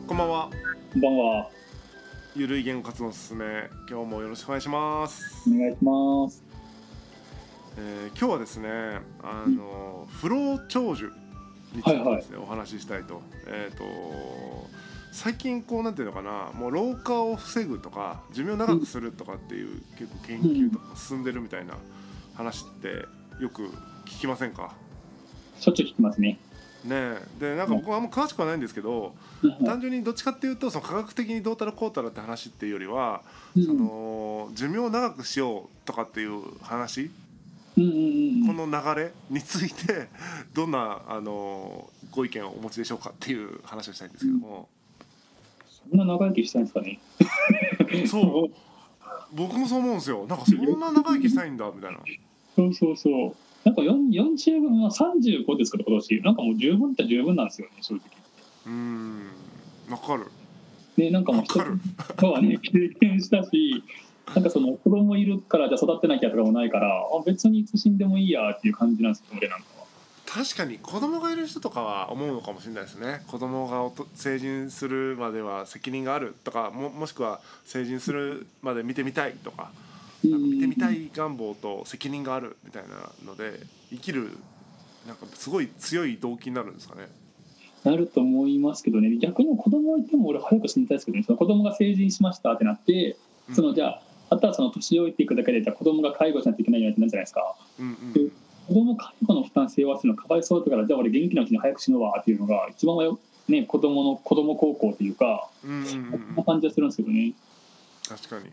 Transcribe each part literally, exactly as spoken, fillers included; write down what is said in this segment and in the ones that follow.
こんばんは。 こんばんは。 ゆるい言語活動のすすめ、今日もよろしくお願いします。 お願いします。 えー、今日はですね、あの、うん、不老長寿についてですね、はいはい、お話ししたいと。えーと最近こうなんていうのかな、もう老化を防ぐとか寿命を長くするとかっていう、うん、結構研究とか進んでるみたいな話ってよく聞きませんか？ しょっちゅう聞きますね。 ねえ、でなんか僕はあんま詳しくはないんですけど、うん、単純にどっちかっていうとその科学的にどうたらこうたらって話っていうよりは、うん、その寿命を長くしようとかっていう話、うんうんうん、この流れについてどんなあのご意見をお持ちでしょうかっていう話をしたいんですけども。 そんな長生きしたいんですかね。 そう僕もそう思うんですよ。なんかそんな長生きしたいんだみたいな。 そうそうそう。なんかよんじゅう、まあ、さんじゅうごですから今年なんかもう十分って十分なんですよね、正直。 うーん、わかる。 でなんかもう人とはね経験したし、なんかその子供いるからじゃあ育てなきゃとかもないから、あ別にいつ死んでもいいやっていう感じなんですよ、俺なんかは。 確かに子供がいる人とかは思うのかもしれないですね。子供が成人するまでは責任があるとか、 も, もしくは成人するまで見てみたいとか、なんか見てみたい願望と責任があるみたいなので生きるなんかすごい強い動機になるんですかね。 なると思いますけどね。逆に子供いても俺早く死にたいですけどね。その子供が成人しましたってなって、そのじゃああとはその年老いていくだけでじゃあ子供が介護しないといけないようになるじゃないですか。うんうん、子供介護の負担性はするのかわいそうだからじゃあ俺元気なうちに早く死ぬわっていうのが一番はね子供の子供高校というか、うんうんうん、そんな感じはするんですけどね。 確かに。うーん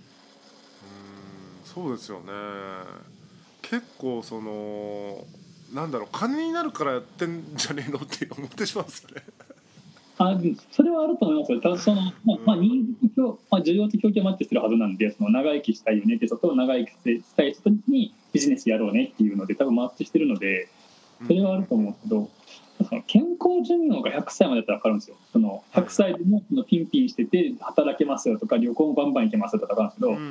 そうですよね。結構そのなんだろう、金になるからやってんじゃねえのって思ってしまうんですよね。 あそれはあると思いますよ。ただその、まあ、ニーズと、まあ、需要と供給マッチするはずなんで、その長生きしたいよねって人と長生きしたい人にビジネスやろうねっていうので多分マッチしてるので、それはあると思うけど、その健康寿命がひゃくさいまでだったら分かるんですよ。そのひゃくさいでもそのピンピンしてて働けますよとか旅行もバンバン行けますよとか分かるんですけど、うんうんうん、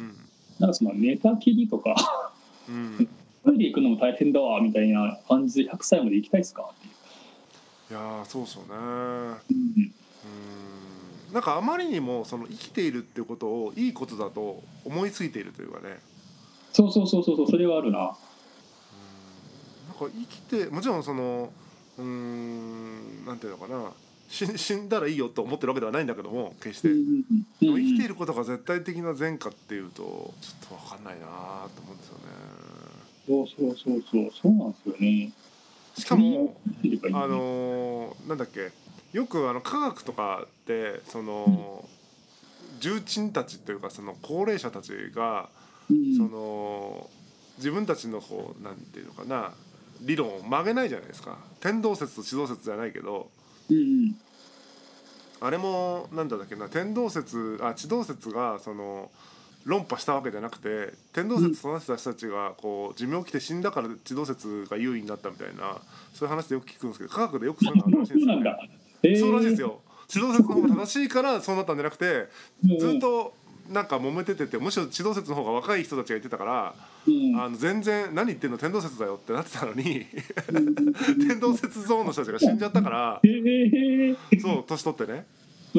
なんかその寝たきりとかうんトイレ行くのも大変だわみたいな感じでひゃくさいまで行きたいですかっていう。 いやそうそうね、うん、うんなんかあまりにもその生きているっていうことをいいことだと思いついているというかね。 そうそうそうそうそれはあるな。うんなんか生きてもちろんそのうーんなんていうのかな 死, 死んだらいいよと思ってるわけではないんだけども決して、うんうん、でも生きていることが絶対的な善かっていうとちょっと分かんないなと思うんですよね。 そうそうそうそうそうなんですよね。 しかもあのー、なんだっけよくあの科学とかってその重鎮たちというかその高齢者たちが、うん、その自分たちのこうなんていうのかな理論を曲げないじゃないですか。天動説と地動説じゃないけど、うん、あれもなんだっけな天動説あ地動説がその論破したわけじゃなくて天動説育てた人たちがこう寿命来て死んだから地動説が優位になったみたいなそういう話でよく聞くんですけど科学でよくそういうのあるらしいんですよね。えー、そうらしいですよ。地動説の方が正しいからそうなったんじゃなくてずっとなんか揉めてててむしろ地動説の方が若い人たちが言ってたから、うん、あの全然何言ってんの天動説だよってなってたのに天動説ゾーンの人たちが死んじゃったから、えー、そう年取ってね、うん、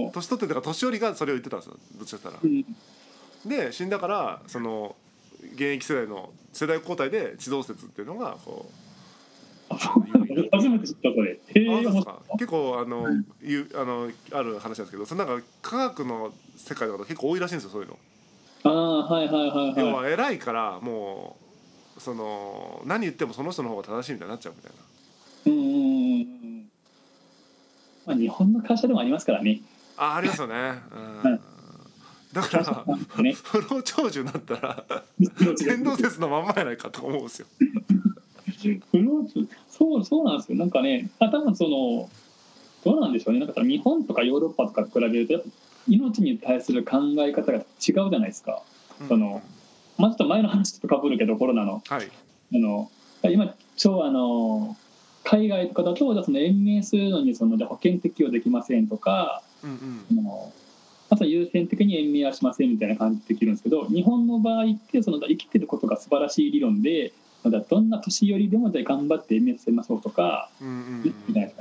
年取っててか年寄りがそれを言ってたんですよどっちかって言ったら、うんで死んだからその現役世代の世代交代で地動説っていうのがこう初めて知ったこれ。 あですか結構あの、うん、あのある話なんですけどそのなんか科学の世界とか結構多いらしいんですよそういうの。 ああはいはいはいはい。 要は偉いからもうその何言ってもその人の方が正しいみたいになっちゃうみたいな。 うんうんうん。まあ日本の会社でもありますからね。 あありますよね。うん。うんだから、ね、不老長寿になったら天動説のまんまやないかと思うんですよ。 不老長そうそうなんですよ。なんかね多分そのどうなんでしょうね。なんか日本とかヨーロッパとかと比べるとやっぱ命に対する考え方が違うじゃないですか。うん、そのまあちょっと前の話と被るけどコロナの、はい、あの今超あの海外とかだとその延命するのにその保険適用できませんとか。うんうん、あのまず優先的に延命はしませんみたいな感じでできるんですけど日本の場合ってその生きてることが素晴らしい理論でどんな年寄りでも頑張って延命させましょうとか、うんうんうん、みたいな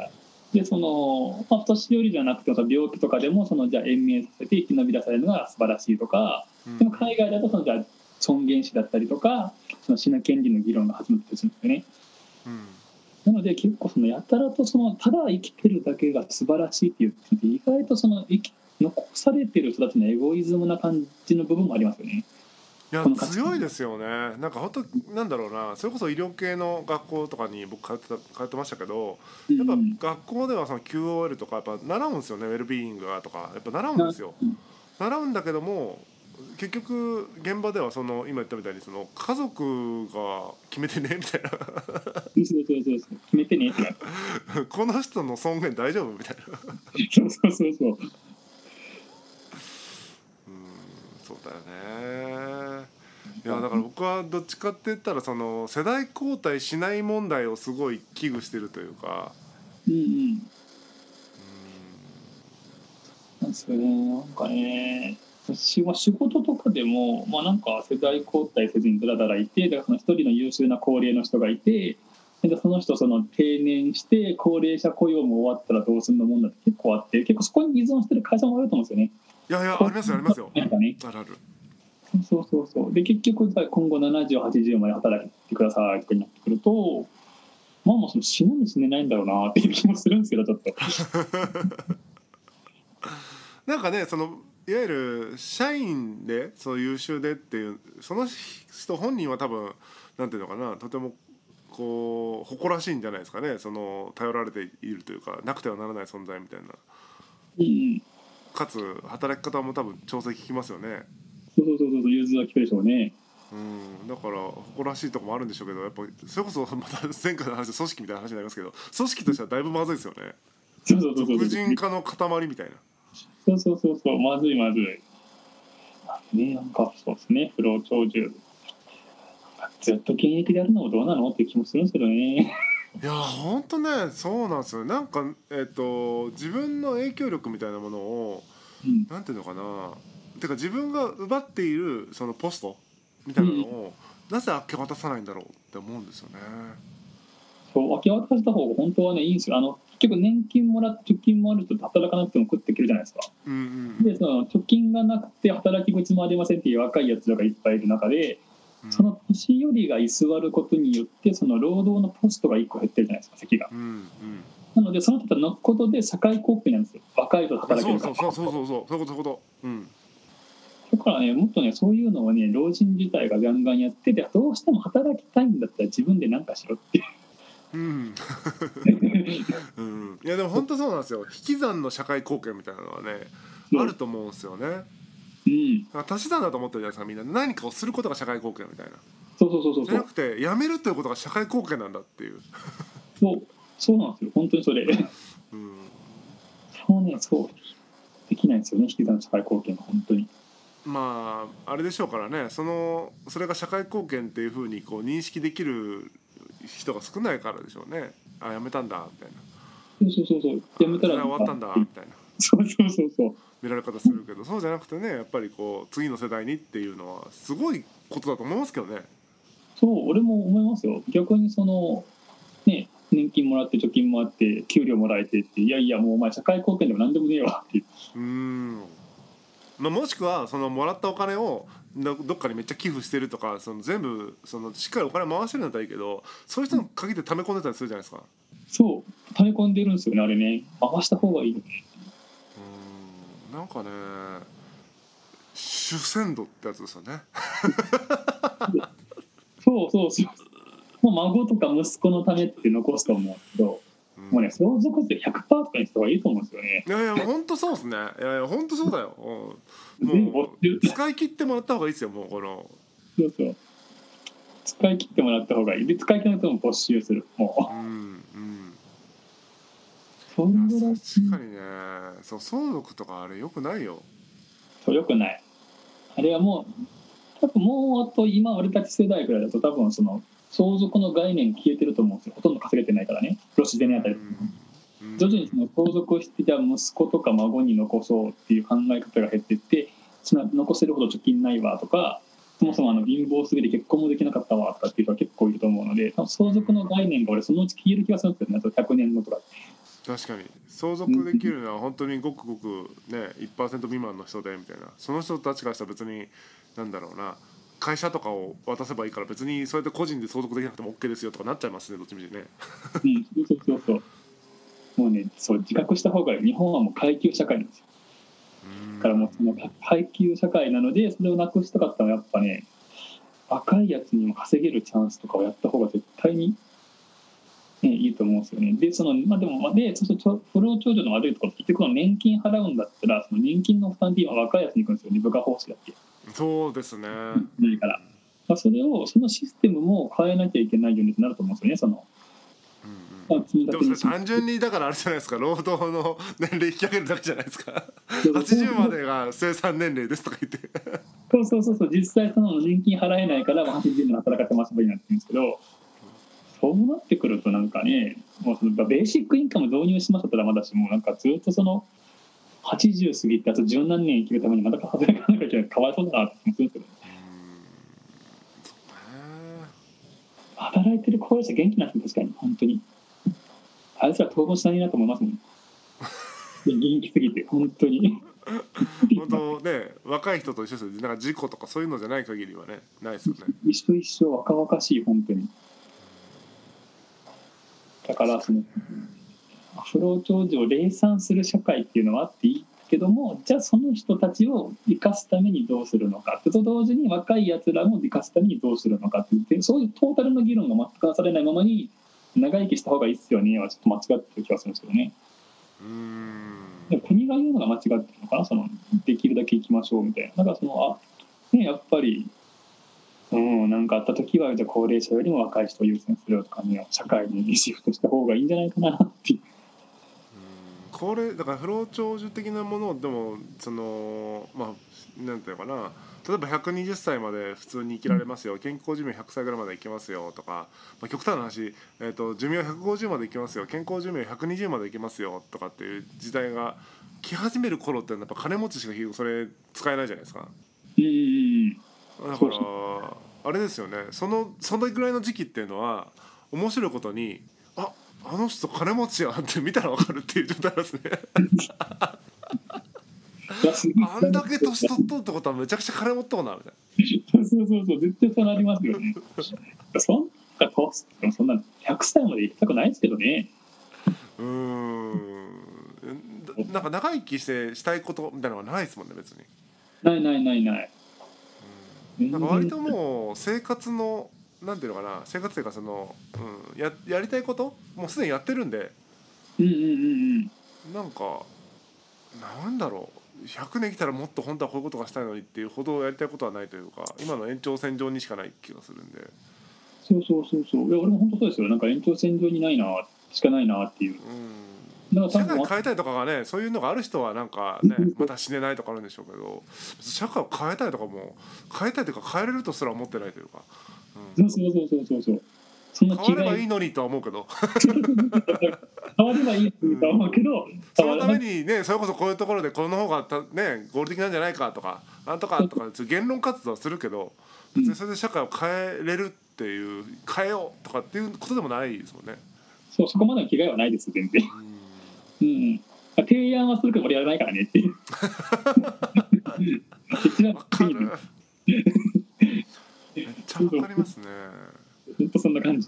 でその、まあ、年寄りじゃなくて病気とかでもそのじゃあ延命させて生き延び出されるのが素晴らしいとか、 うん、 でも海外だとそのじゃあ尊厳死だったりとかその死の権利の議論が始まってするんですよね。 うん、 なので結構そのやたらとそのただ生きてるだけが素晴らしいっていうって意外とその生き残されてる人たちのエゴイズムな感じの部分もありますよね。 いや強いですよね。なんか本当なんだろうな、それこそ医療系の学校とかに僕通ってた通ってましたけど、やっぱ学校ではその キューオーエル とかやっぱ習うんですよね。ウェルビーイングとかやっぱ習うんですよ。習うんだけども結局現場ではその今言ったみたいにその家族が決めてねみたいなそうそうそうそう決めてねってこの人の尊厳大丈夫みたいなそうそうそうそう、うん、 そうだよね。いやだから僕はどっちかって言ったらその世代交代しない問題をすごい危惧してるというか、 うんうん、なんですよね。なんかね仕事とかでも、まあ、なんか世代交代せずにだらだらいて、だからその一人の優秀な高齢の人がいて、でその人その定年して高齢者雇用も終わったらどうするの問題って結構あって、結構そこに依存してる会社もあると思うんですよね。 いやいやありますよありますよ。 なんかね、 あるある。 そうそうそうで結局今後ななじゅう、はちじゅうまで働いてくださいってなってくると、まあもうその死ぬに死ねないんだろうなっていう気もするんですけど、ちょっとなんかねそのいわゆる社員でそう優秀でっていうその人本人は多分なんていうのかな、とてもこう誇らしいんじゃないですかね。その頼られているというかなくてはならない存在みたいな、 うん、 かつ働き方も多分調整効きますよね。 そうそうそうそう融通は効くでしょうね。 うん、だから誇らしいとこもあるんでしょうけど、やっぱそれこそまた前回の話で組織みたいな話になりますけど、組織としてはだいぶまずいですよね。 そうそうそうそう俗人化の塊みたいな。 そうそうそうそうまずいまずいね。なんかそうですね、不老長寿ずっと現役でやるのもどうなのって気もするんですけどね。 いや本当ねそうなんですよ。なんかえっと自分の影響力みたいなものを、うん、なんていうのかな、てか自分が奪っているそのポストみたいなのを、うん、なぜ明け渡さないんだろうって思うんですよね。 そう明け渡した方が本当はねいいんですよ。あの結局年金もらって貯金もあると働かなくても食っていけるじゃないですか。うんうん、でその貯金がなくて働き口もありませんっていう若いやつらがいっぱいいる中で、うん、その年寄りが居座ることによってその労働のポストがいっこ減ってるじゃないですか、席が。うんうん、なのでその人が抜くことで社会貢献なんですよ。若いと働けるから。 そうそうそうそうそうそういうことそういうこと。うん。 だからねもっとねそういうのをね老人自体がガンガンやってて、どうしても働きたいんだったら自分で何かしろっていう。うんうん、いやでも本当そうなんですよ。引き算の社会貢献みたいなのはね、あると思うんですよね。うん、足し算だと思ってるじゃないですか、みんな。何かをすることが社会貢献みたいな。 そうそうそうそう。 じゃなくてやめるということが社会貢献なんだっていう。 そうそうなんですよ、本当にそれ。うん、そうね、そうできないんですよね、引き算の社会貢献が本当に。 まああれでしょうからね、そのそれが社会貢献っていうふうにこう認識できる人が少ないからでしょうね。あ、やめたんだみたいな。 そうそうそうそう。やめたら終わったんだみたいな。 そうそうそうそう。 見られ方するけど、そうじゃなくてね、やっぱりこう次の世代にっていうのはすごいことだと思いますけどね。 そう俺も思いますよ。逆にそのね年金もらって貯金もあって給料もらえてって、いやいやもうお前社会貢献でも何でもねえわっていう。うーん。まあ、もしくはそのもらったお金をどっかにめっちゃ寄付してるとか、その全部そのしっかりお金回してるんだったらいいけど、そういう人の限って溜め込んでたりするじゃないですか。 そう溜め込んでるんですよね、あれね。回した方がいいよね。 うん、なんかね主戦度ってやつですよね。 そうそうそう。もう孫とか息子のためって残すと思うんですけど、うん、もうね相続税 ひゃくパーセント とかにした方がいいと思うんですよね。 いやいや本当そうですね。いやいや本当そうだよ。もう使い切ってもらった方がいいですよ。もうこのそうそう使い切ってもらった方がいい。で使い切らなくても没収する。もう。うんうん。 そんぐらい確かにね。そう相続とかあれ良くないよ。 そう良くない。あれはもう多分もうあと今俺たち世代ぐらいだと多分その相続の概念消えてると思うんですよ。ほとんど稼げてないからね。ロシデネあたり。徐々にその相続してじゃあ息子とか孫に残そうっていう考え方が減っていって、その残せるほど貯金ないわとか、そもそもあの貧乏すぎて結婚もできなかったわとかっていう人は結構いると思うので、相続の概念が俺そのうち消える気がするんですよね。あとひゃくねんごとか。 確かに相続できるのは本当にごくごくね いちパーセント 未満の人でみたいな、その人たちからしたら別になんだろうな、会社とかを渡せばいいから別にそうやって個人で相続できなくても OK ですよとかなっちゃいますね、どっちみちね。 うん、そうそうそうもうね、そう自覚した方がいい。日本はもう階級社会なんですよ。だからもうその階級社会なので、それをなくしたかったらやっぱね、若いやつにも稼げるチャンスとかをやった方が絶対に、ね、いいと思うんですよね。で、そのまあでもでそうそう不老長寿の悪いところ、結局の年金払うんだったら、その年金の負担って今若いやつに行くんですよね、部下報酬だっけ。 そうですね。 ないから、まあ、それをそのシステムも変えなきゃいけないようになると思うんですよね。そのうんうん、でもそれ単純にだからあれじゃないですか、労働の年齢引き上げるだけじゃないですか。はちじゅうまでが生産年齢ですとか言ってそうそうそうそう、実際その年金払えないからはちじゅうまで働かせますばいいなって言うんですけど、そうなってくるとなんかね、もうそのベーシックインカム導入しましたらまだしも、なんかずっとそのはちじゅう過ぎてあと十何年生きるためにまた働かなきゃいけない、かわいそうだなって思うんですけど、働いてる高齢者元気なんですよ、確かに。本当にあいつら逃亡しないなと思いますもん。元気すぎて本当に本当ね、若い人と一緒ですよ。なんか事故とかそういうのじゃない限りはね、ないですよね。 一緒一緒若々しい本当に。だからその不老長寿を礼賛する社会っていうのはあっていいけども、じゃあその人たちを生かすためにどうするのかと同時に、若いやつらも生かすためにどうするのかって言って、そういうトータルの議論が全くなされないままに長生きした方がいいっすよねはちょっと間違ってる気がするんですけどね。 うーん、 でも国が言うのが間違ってるのかな、そのできるだけ行きましょうみたいな。だからそのあ、ね、やっぱりうんなんかあった時はじゃあ高齢者よりも若い人を優先するとかね、社会にシフトした方がいいんじゃないかなっていう。 これだから不老長寿的なものでもそのまあなんていうのかな、例えばひゃくにじゅっさいまで普通に生きられますよ、健康寿命ひゃくさいぐらいまで生きますよとか、まあ、極端な話、えーと寿命ひゃくごじゅうまで生きますよ、健康寿命ひゃくにじゅうまで生きますよとかっていう時代が来始める頃ってやっぱ金持ちしかそれ使えないじゃないですか。 うんだからあれですよね、そのそのぐらいの時期っていうのは面白いことに、ああの人金持ちやって見たら分かるっていう状態なんですね。あんだけ年取っとるってことはめちゃくちゃ金持ったことなるみたいな。 そうそうそう、絶対そうなりますよね。そんな年そんなひゃくさいまで行きたくないですけどね。 うーん、なんか長生きしてしたいことみたいなのがないですもんね、別に。 ないないないない。 うん、なんか割ともう生活のなんていうのかな、生活というかその、うん、ややりたいこともうすでにやってるんで、 うんうんうんうん、 なんかなんだろう、ひゃくねん生きたらもっと本当はこういうことがしたいのにっていうほどやりたいことはないというか、今の延長線上にしかない気がするんで。 そうそうそうそう、いや俺も本当そうですよ。なんか延長線上にないなしかないなっていう。 うん、だから社会変えたいとかがね、そういうのがある人はなんかね、また死ねないとかあるんでしょうけど、社会を変えたいとかも変えたいというか変えれるとすら思ってないというか、 うん、そうそうそうそうそう、そんな変わればいいのにとは思うけど変わればいいと思うけど、 そのためにね、それこそこういうところでこの方がね合理的なんじゃないかとかなんとかとか言論活動はするけど、別にそれで社会を変えれるっていう、変えようとかっていうことでもないですもんね。 そう、そこまでの気概はないです全然。うん、うん、提案はするけど俺やらないからねっていう。 わかる。めっちゃわかりますね。 本当そんな感じ。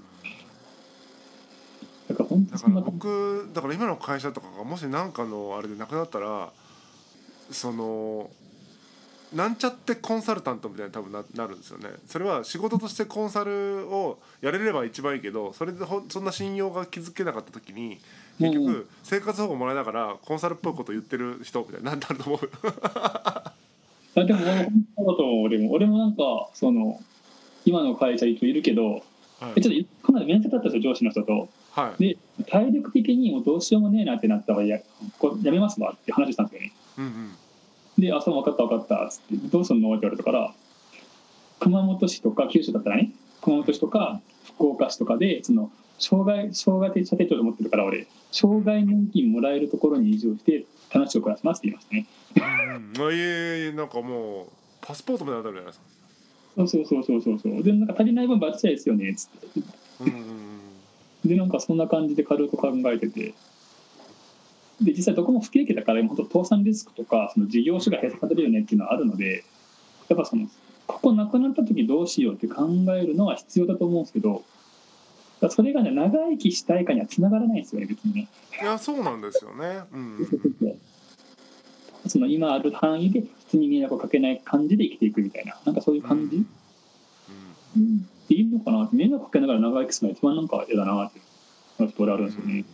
だから本当そんな感じ。 だから僕だから今の会社とかがもし何かのあれでなくなったら、そのなんちゃってコンサルタントみたいに多分 な, なるんですよね。それは仕事としてコンサルをやれれば一番いいけど、それでほそんな信用が築けなかった時に結局生活保護もらいながらコンサルっぽいこと言ってる人みたいになると思う。 あでも本当だと思う。俺も俺もなんかその今の会社一応いるけど、はい、ちょっとかなり面接だったんですよ、上司の人と。はい、で体力的にもうどうしようもねえなってなったら や, こやめますわって話したんですよね。うんうん、で、あ、そう分かった分かったっつってどうすんのって言われたから、熊本市とか九州だったらね、熊本市とか福岡市とかでその障害障害者手帳で持ってるから、俺障害年金もらえるところに移住して楽しく暮らしますって言いましたね。 うん、いえいえ、なんかもうパスポートみたいになるじゃないですか。 そうそうそうそうそうそう。でなんか足りない分バッチリですよねっつって。うんうんうん、でなんかそんな感じで軽く考えてて。 で実際どこも不景気だから本当倒産リスクとかその事業所が閉鎖されるよねっていうのはあるので、やっぱそのここなくなった時どうしようって考えるのは必要だと思うんですけど、それがね長生きしたいかにはつながらないんですよね別にね。 いやそうなんですよね、うんうんうん、その今ある範囲で普通に迷惑をかけない感じで生きていくみたいな、なんかそういう感じ、うんうん、でいいのかな。迷惑かけながら長生きするのが一番なんか嫌だなってちょっと俺あるんですよね。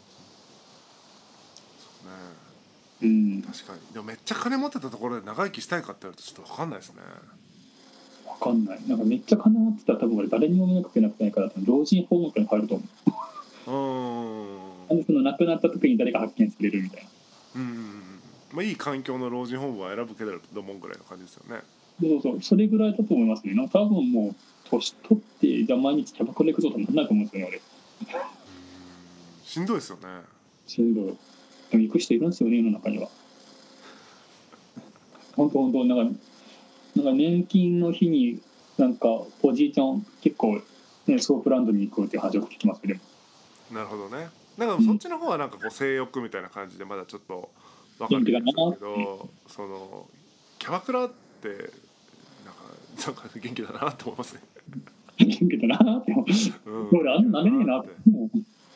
うん、うん、確かに。でもめっちゃ金持ってたところで長生きしたいかって言われるとちょっと分かんないですね。 分かんない。なんかめっちゃ金持ってたら多分俺誰にも迷惑かけなくてないから老人ホームとかに入ると思う。うん。その亡くなった時に誰か発見されるみたいな。 うん。まあいい環境の老人ホームは選ぶけれどと思うぐらいの感じですよね。 そうそう、それぐらいだと思いますね。なんか多分もう年取ってじゃあ毎日キャバクラ行くぞとなんないと思うんですよね俺。うん、 しんどいですよね。 しんどい。でも行く人いるんですよね世の中には。本当本当なんかなんか年金の日になんかおじいちゃん結構ねソープランドに行くっていう話を聞きますけど。 なるほどね。なんかそっちの方はなんかこう性欲みたいな感じでまだちょっと分かるんですけど、そのキャバクラってなんかなんか元気だなって思いますね。 元気だなって思う。うん、俺あんななめねえなって。うん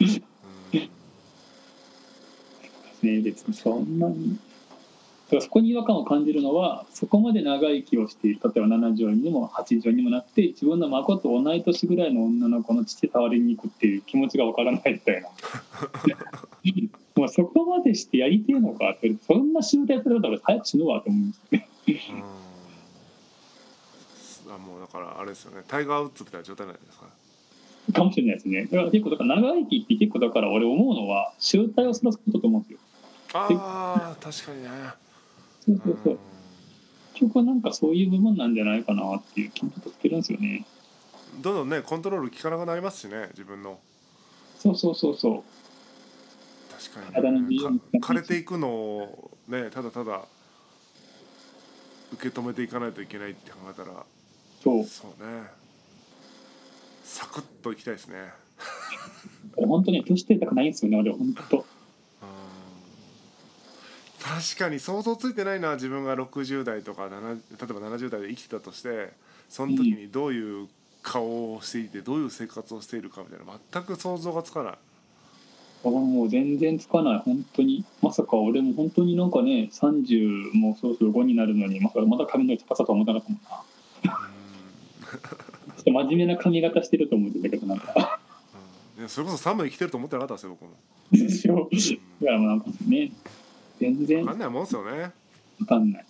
ね、別にそんなにだからそこに違和感を感じるのはそこまで長生きをしている、例えばななじゅうにもはちじゅうにもなって自分の孫と同い年ぐらいの女の子の乳触りに行くっていう気持ちがわからないみたいなもうそこまでしてやりてえのかって、そんな集大されたら早く死ぬわと思うんですね。 うん、あもうだからあれですよね、タイガー・ウッズみたいな状態なんですかかもしれないですね。だから結構だから長生きって結構だから俺思うのは集大をそらすことと思うんですよ。 ああ確かにね。 そうそうそう。結局なんかそういう部分なんじゃないかなっていう気もしてるんですよね。 どんどんねコントロール効かなくなりますしね自分の。 そうそうそうそう。 確かに、ね、か枯れていくのをねただただ受け止めていかないといけないって考えたらそうそうねサクッといきたいですね。 本当に年取りたくないんですよね俺本当。 確かに想像ついてないな自分がろくじゅう代とか例えばななじゅう代で生きてたとしてその時にどういう顔をしていてどういう生活をしているかみたいな全く想像がつかない。 もう全然つかない本当に。まさか俺も本当になんかねさんじゅうもうそろそろごになるのにまさかまだ髪の毛高さとは思ってなかったもんな。ちょっと真面目な髪型してると思ってたけどなんかうん、いやそれこそさんまい生きてると思ってなかったんですよ僕も。 ですよ。だからもうなんかね全然分かんないもんですよね。 分かんない。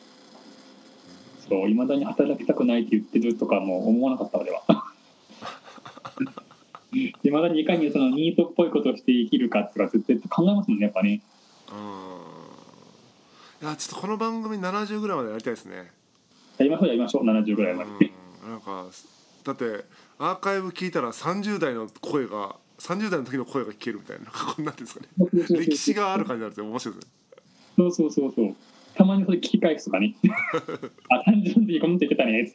そう未だに働きたくないって言ってるとかも思わなかった俺は。未だにいかにそのニートっぽいことをして生きるかとか絶対考えますもんねやっぱね。 うん。いやちょっとこの番組ななじゅうぐらいまでやりたいですね。 やりましょうやりましょうななじゅうぐらいまで。 うんなんかだってアーカイブ聞いたらさんじゅう代の声がさんじゅう代の時の声が聞けるみたいなこんなんですかね。歴史がある感じなんですよ面白いですね。 そうそうそうそう。たまにそれ聞き返すとかね。あ、単純にこのって言ってたね。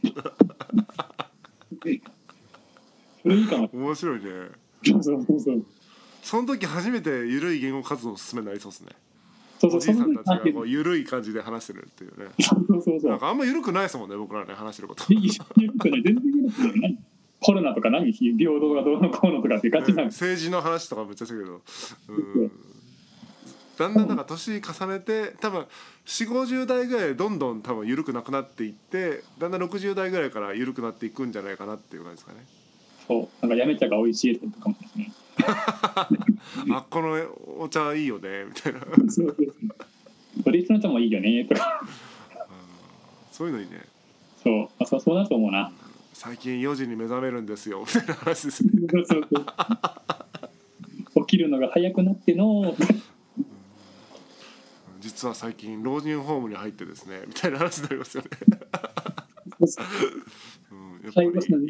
それいいかも。 面白いね。 そうそうそうそう。 その時初めてゆるい言語活動を進めになりそうですね。 そうそうおじいさんたちがこうゆるい感じで話してるっていうね。 そうそうそう。 なんかあんまゆるくないですもんね僕らね話してること。 ゆるくない全然ゆるくない。コロナとか何平等がどうのこうのとかってガチな、 ね、政治の話とかめっちゃするけど。うんだんだんなんか年重ねて多分よんじゅうごじゅう代ぐらいでどんどん多分緩くなくなっていってだんだんろくじゅう代ぐらいから緩くなっていくんじゃないかなっていう感じですかね。 そうなんかやめ茶が美味しいとかもですね。 あこのお茶いいよねみたいな。 そうそうそう。ドリップの茶もいいよねとか。 そういうのいいね。 そうあそうそうだと思うな。 最近よじに目覚めるんですよみたいな話ですね。 そうそうそう起きるのが早くなっての。 実は最近老人ホームに入ってですねみたいな話になりますよね。うん、やっぱりいいですよ。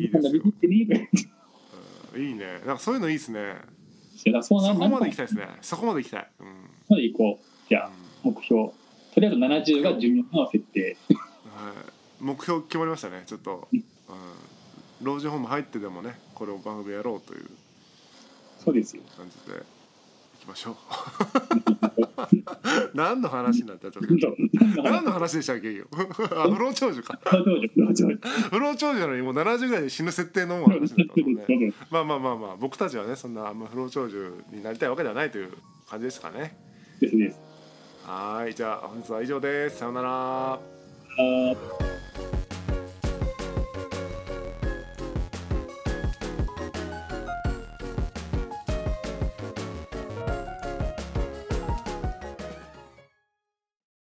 いいね。なんかそういうのいいですね。そこまで行きたいですね。そこまで行きたい。うん。 まで行こう。じゃあ、うん、目標。とりあえずななじゅうが寿命の設定。 はい。目標決まりましたね。ちょっと、うん、老人ホーム入ってでもね、これを番組やろうという。 そうですよ。 感じで行きましょう何の話になったっけ何の話でしたっけあ不老長寿か不老長寿なのにもうななじゅうぐらいで死ぬ設定の話だったのねまあまあまあまあ僕たちはねそんなあんま不老長寿になりたいわけではないという感じですかね。 ですです。 はいじゃあ本日は以上です。さようなら。 あ